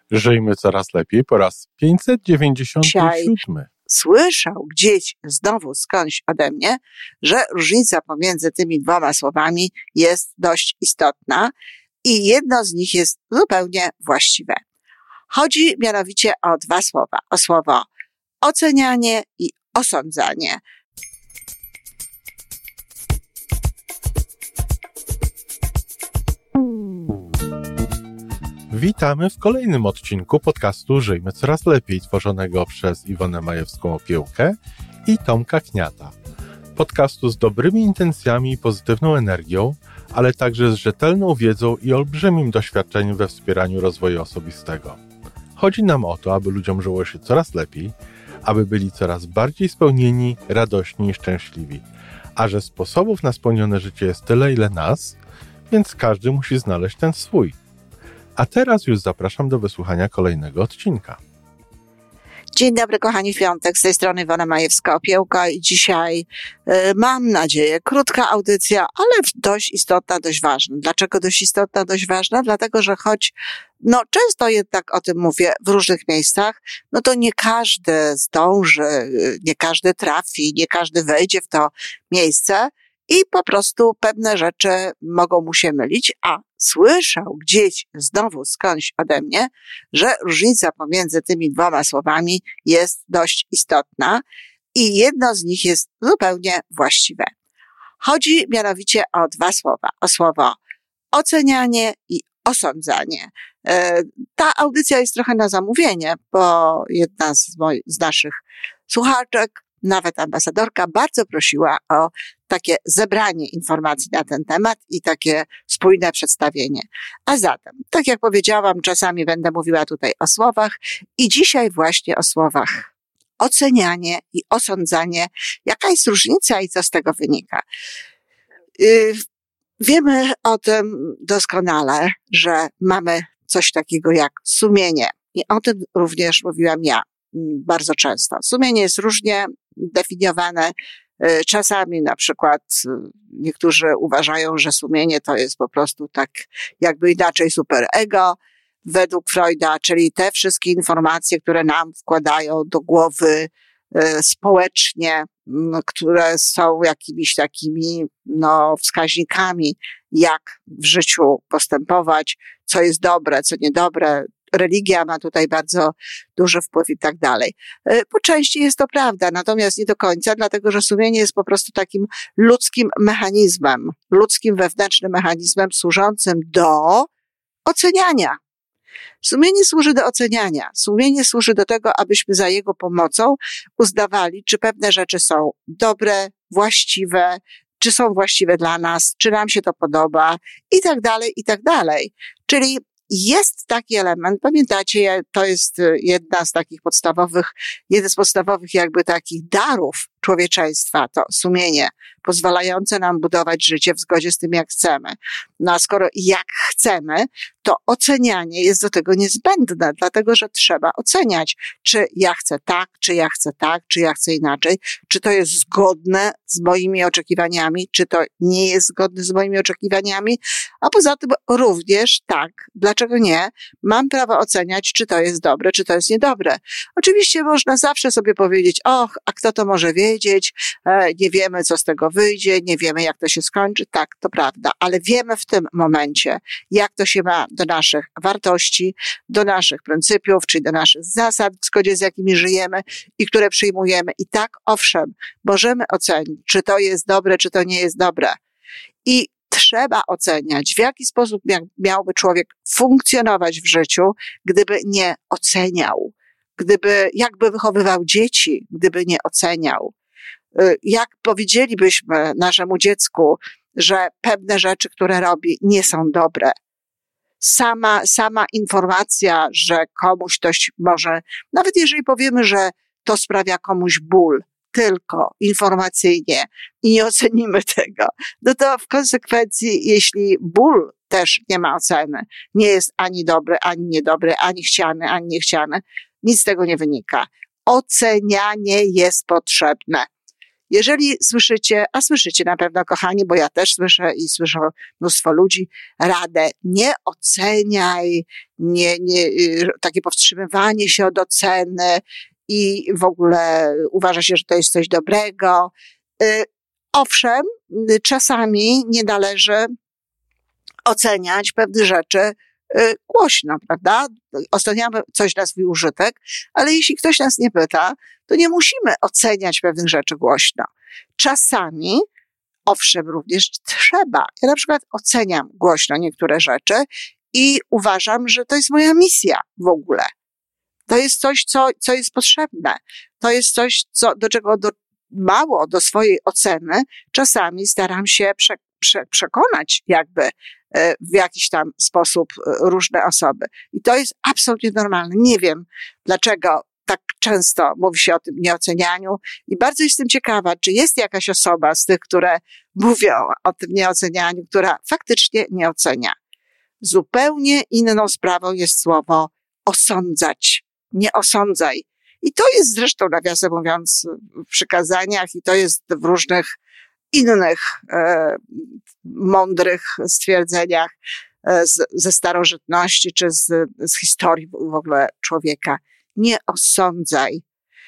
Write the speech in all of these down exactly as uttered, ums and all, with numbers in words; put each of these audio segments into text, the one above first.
Żyjmy coraz lepiej po raz pięćset dziewięćdziesiąty siódmy. Słyszał gdzieś znowu skądś ode mnie, że różnica pomiędzy tymi dwoma słowami jest dość istotna i jedno z nich jest zupełnie właściwe. Chodzi mianowicie o dwa słowa. O słowo ocenianie i osądzanie. Witamy w kolejnym odcinku podcastu Żyjmy Coraz Lepiej, tworzonego przez Iwonę Majewską-Opiełkę i Tomka Kniata. Podcastu z dobrymi intencjami i pozytywną energią, ale także z rzetelną wiedzą i olbrzymim doświadczeniem we wspieraniu rozwoju osobistego. Chodzi nam o to, aby ludziom żyło się coraz lepiej, aby byli coraz bardziej spełnieni, radośni i szczęśliwi. A że sposobów na spełnione życie jest tyle, ile nas, więc każdy musi znaleźć ten swój. A teraz już zapraszam do wysłuchania kolejnego odcinka. Dzień dobry, kochani, w piątek, z tej strony Iwona Majewska-Opiełka i dzisiaj y, mam nadzieję krótka audycja, ale dość istotna, dość ważna. Dlaczego dość istotna, dość ważna? Dlatego, że choć no często jednak o tym mówię w różnych miejscach, no to nie każdy zdąży, nie każdy trafi, nie każdy wejdzie w to miejsce i po prostu pewne rzeczy mogą mu się mylić, a słyszał gdzieś znowu skądś ode mnie, że różnica pomiędzy tymi dwoma słowami jest dość istotna i jedno z nich jest zupełnie właściwe. Chodzi mianowicie o dwa słowa. O słowo ocenianie i osądzanie. Ta audycja jest trochę na zamówienie, bo jedna z, moich, z naszych słuchaczek, nawet ambasadorka, bardzo prosiła o takie zebranie informacji na ten temat i takie spójne przedstawienie. A zatem, tak jak powiedziałam, czasami będę mówiła tutaj o słowach i dzisiaj właśnie o słowach. Ocenianie i osądzanie. Jaka jest różnica i co z tego wynika? Yy, wiemy o tym doskonale, że mamy coś takiego jak sumienie. I o tym również mówiłam ja bardzo często. Sumienie jest różnie definiowane. Czasami na przykład niektórzy uważają, że sumienie to jest po prostu tak jakby inaczej superego według Freuda, czyli te wszystkie informacje, które nam wkładają do głowy społecznie, które są jakimiś takimi no, wskaźnikami, jak w życiu postępować, co jest dobre, co niedobre. Religia ma tutaj bardzo duży wpływ i tak dalej. Po części jest to prawda, natomiast nie do końca, dlatego że sumienie jest po prostu takim ludzkim mechanizmem, ludzkim wewnętrznym mechanizmem służącym do oceniania. Sumienie służy do oceniania. Sumienie służy do tego, abyśmy za jego pomocą uznawali, czy pewne rzeczy są dobre, właściwe, czy są właściwe dla nas, czy nam się to podoba i tak dalej, i tak dalej. Czyli jest taki element, pamiętacie, to jest jedna z takich podstawowych, jeden z podstawowych jakby takich darów człowieczeństwa, to sumienie, pozwalające nam budować życie w zgodzie z tym, jak chcemy. No a skoro jak chcemy, to ocenianie jest do tego niezbędne, dlatego że trzeba oceniać, czy ja chcę tak, czy ja chcę tak, czy ja chcę inaczej, czy to jest zgodne z moimi oczekiwaniami, czy to nie jest zgodne z moimi oczekiwaniami, a poza tym również tak, dlaczego nie, mam prawo oceniać, czy to jest dobre, czy to jest niedobre. Oczywiście można zawsze sobie powiedzieć, och, a kto to może wiedzieć, nie wiemy, co z tego wyjdzie, nie wiemy, jak to się skończy. Tak, to prawda, ale wiemy w tym momencie, jak to się ma do naszych wartości, do naszych pryncypiów, czyli do naszych zasad, w zgodzie z jakimi żyjemy i które przyjmujemy. I tak, owszem, możemy ocenić, czy to jest dobre, czy to nie jest dobre. I trzeba oceniać, w jaki sposób miałby człowiek funkcjonować w życiu, gdyby nie oceniał, gdyby, jakby wychowywał dzieci, gdyby nie oceniał. Jak powiedzielibyśmy naszemu dziecku, że pewne rzeczy, które robi, nie są dobre. Sama, sama informacja, że komuś ktoś może, nawet jeżeli powiemy, że to sprawia komuś ból, tylko informacyjnie i nie ocenimy tego, no to w konsekwencji, jeśli ból też nie ma oceny, nie jest ani dobry, ani niedobry, ani chciany, ani niechciany, nic z tego nie wynika. Ocenianie jest potrzebne. Jeżeli słyszycie, a słyszycie na pewno, kochani, bo ja też słyszę i słyszę mnóstwo ludzi, radę nie oceniaj, nie, nie, takie powstrzymywanie się od oceny i w ogóle uważa się, że to jest coś dobrego. Owszem, czasami nie należy oceniać pewnych rzeczy głośno, prawda? Oceniamy coś na swój użytek, ale jeśli ktoś nas nie pyta, to nie musimy oceniać pewnych rzeczy głośno. Czasami, owszem, również trzeba. Ja na przykład oceniam głośno niektóre rzeczy i uważam, że to jest moja misja w ogóle. To jest coś, co, co jest potrzebne. To jest coś, co, do czego do, mało do swojej oceny czasami staram się prze, prze, przekonać jakby w jakiś tam sposób różne osoby. I to jest absolutnie normalne. Nie wiem, dlaczego tak często mówi się o tym nieocenianiu i bardzo jestem ciekawa, czy jest jakaś osoba z tych, które mówią o tym nieocenianiu, która faktycznie nie ocenia. Zupełnie inną sprawą jest słowo osądzać. Nie osądzaj. I to jest zresztą, nawiasem mówiąc, w przykazaniach i to jest w różnych innych e, mądrych stwierdzeniach e, z, ze starożytności czy z, z historii w ogóle człowieka. Nie osądzaj.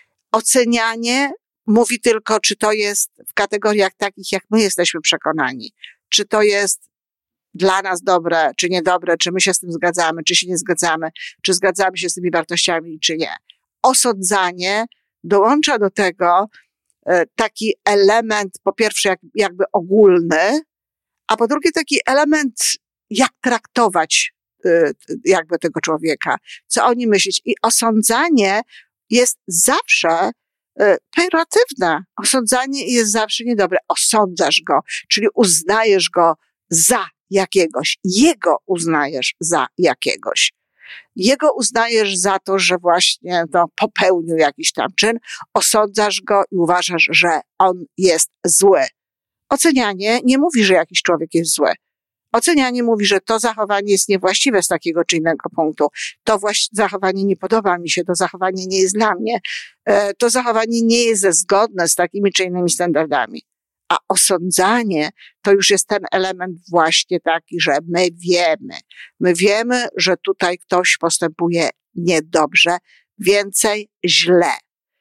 Ocenianie mówi tylko, czy to jest w kategoriach takich, jak my jesteśmy przekonani. Czy to jest dla nas dobre, czy niedobre, czy my się z tym zgadzamy, czy się nie zgadzamy, czy zgadzamy się z tymi wartościami, czy nie. Osądzanie dołącza do tego taki element, po pierwsze jak, jakby ogólny, a po drugie taki element, jak traktować jakby tego człowieka, co o nim myśleć. I osądzanie jest zawsze pejoratywne. Osądzanie jest zawsze niedobre. Osądzasz go, czyli uznajesz go za jakiegoś. Jego uznajesz za jakiegoś. Jego uznajesz za to, że właśnie no, popełnił jakiś tam czyn, osądzasz go i uważasz, że on jest zły. Ocenianie nie mówi, że jakiś człowiek jest zły. Ocenianie mówi, że to zachowanie jest niewłaściwe z takiego czy innego punktu. To właś- zachowanie nie podoba mi się, to zachowanie nie jest dla mnie, e, to zachowanie nie jest zgodne z takimi czy innymi standardami. A osądzanie to już jest ten element właśnie taki, że my wiemy. My wiemy, że tutaj ktoś postępuje niedobrze, więcej źle.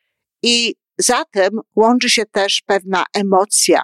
I zatem łączy się też pewna emocja.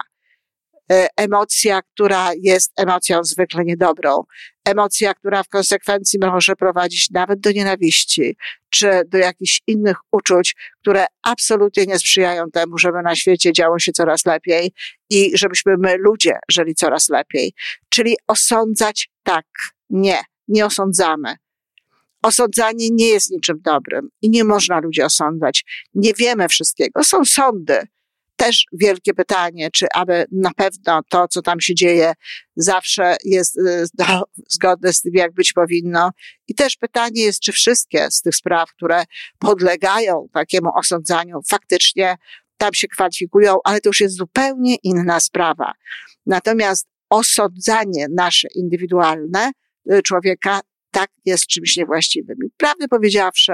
Emocja, która jest emocją zwykle niedobrą. Emocja, która w konsekwencji może prowadzić nawet do nienawiści, czy do jakichś innych uczuć, które absolutnie nie sprzyjają temu, żeby na świecie działo się coraz lepiej i żebyśmy my, ludzie, żyli coraz lepiej. Czyli osądzać tak, nie, nie osądzamy. Osądzanie nie jest niczym dobrym i nie można ludzi osądzać. Nie wiemy wszystkiego. Są sądy. Też wielkie pytanie, czy aby na pewno to, co tam się dzieje, zawsze jest no, zgodne z tym, jak być powinno. I też pytanie jest, czy wszystkie z tych spraw, które podlegają takiemu osądzaniu, faktycznie tam się kwalifikują, ale to już jest zupełnie inna sprawa. Natomiast osądzanie nasze indywidualne człowieka tak jest czymś niewłaściwym. I prawdę powiedziawszy,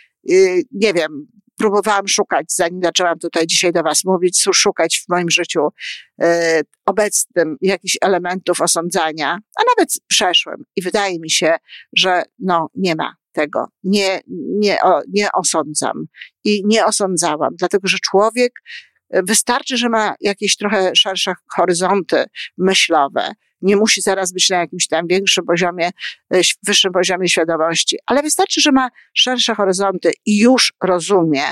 nie wiem, próbowałam szukać, zanim zaczęłam tutaj dzisiaj do was mówić, szukać w moim życiu e, obecnym jakichś elementów osądzania, a nawet przeszłym. I wydaje mi się, że no nie ma tego. Nie, nie, o, nie osądzam i nie osądzałam, dlatego że człowiek wystarczy, że ma jakieś trochę szersze horyzonty myślowe. Nie musi zaraz być na jakimś tam większym poziomie, wyższym poziomie świadomości, ale wystarczy, że ma szersze horyzonty i już rozumie,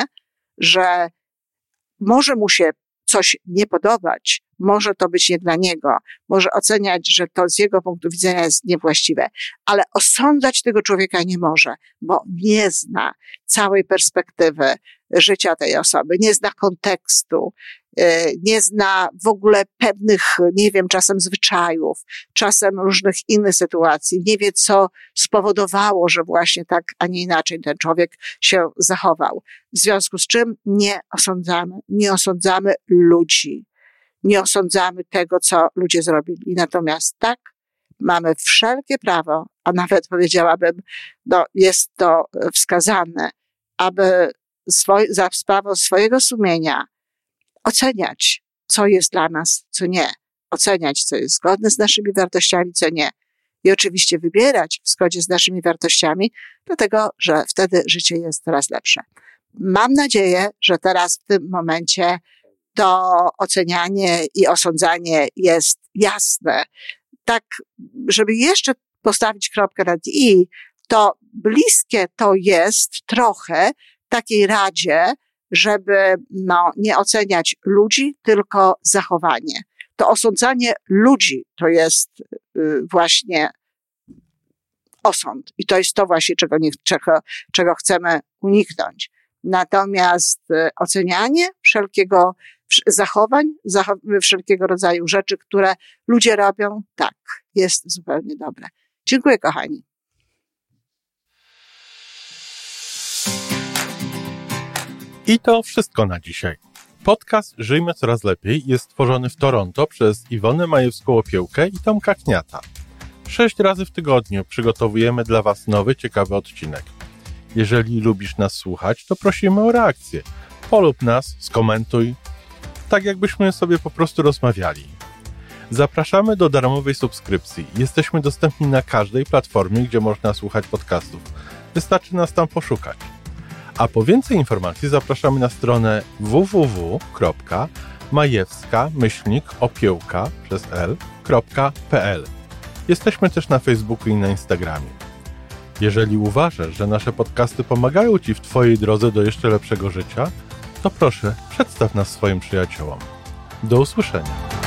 że może mu się coś nie podobać, może to być nie dla niego, może oceniać, że to z jego punktu widzenia jest niewłaściwe, ale osądzać tego człowieka nie może, bo nie zna całej perspektywy życia tej osoby, nie zna kontekstu, nie zna w ogóle pewnych, nie wiem, czasem zwyczajów, czasem różnych innych sytuacji, nie wie, co spowodowało, że właśnie tak, a nie inaczej ten człowiek się zachował. W związku z czym nie osądzamy, nie osądzamy ludzi, nie osądzamy tego, co ludzie zrobili. Natomiast tak, mamy wszelkie prawo, a nawet powiedziałabym, no, jest to wskazane, aby swoj, za sprawą swojego sumienia, oceniać, co jest dla nas, co nie. Oceniać, co jest zgodne z naszymi wartościami, co nie. I oczywiście wybierać w zgodzie z naszymi wartościami, dlatego, że wtedy życie jest coraz lepsze. Mam nadzieję, że teraz w tym momencie to ocenianie i osądzanie jest jasne. Tak, żeby jeszcze postawić kropkę nad i, to bliskie to jest trochę takiej radzie, żeby no, nie oceniać ludzi, tylko zachowanie. To osądzanie ludzi to jest y, właśnie osąd. I to jest to właśnie, czego, nie, czego, czego chcemy uniknąć. Natomiast y, ocenianie wszelkiego zachowań, zachow- wszelkiego rodzaju rzeczy, które ludzie robią, tak, jest zupełnie dobre. Dziękuję, kochani. I to wszystko na dzisiaj. Podcast Żyjmy Coraz Lepiej jest stworzony w Toronto przez Iwonę Majewską-Opiełkę i Tomka Kniata. Sześć razy w tygodniu przygotowujemy dla Was nowy, ciekawy odcinek. Jeżeli lubisz nas słuchać, to prosimy o reakcję. Polub nas, skomentuj, tak jakbyśmy sobie po prostu rozmawiali. Zapraszamy do darmowej subskrypcji. Jesteśmy dostępni na każdej platformie, gdzie można słuchać podcastów. Wystarczy nas tam poszukać. A po więcej informacji zapraszamy na stronę w w w kropka majewska myślnik opiełka przez l kropka p l. Jesteśmy też na Facebooku i na Instagramie. Jeżeli uważasz, że nasze podcasty pomagają Ci w Twojej drodze do jeszcze lepszego życia, to proszę, przedstaw nas swoim przyjaciołom. Do usłyszenia.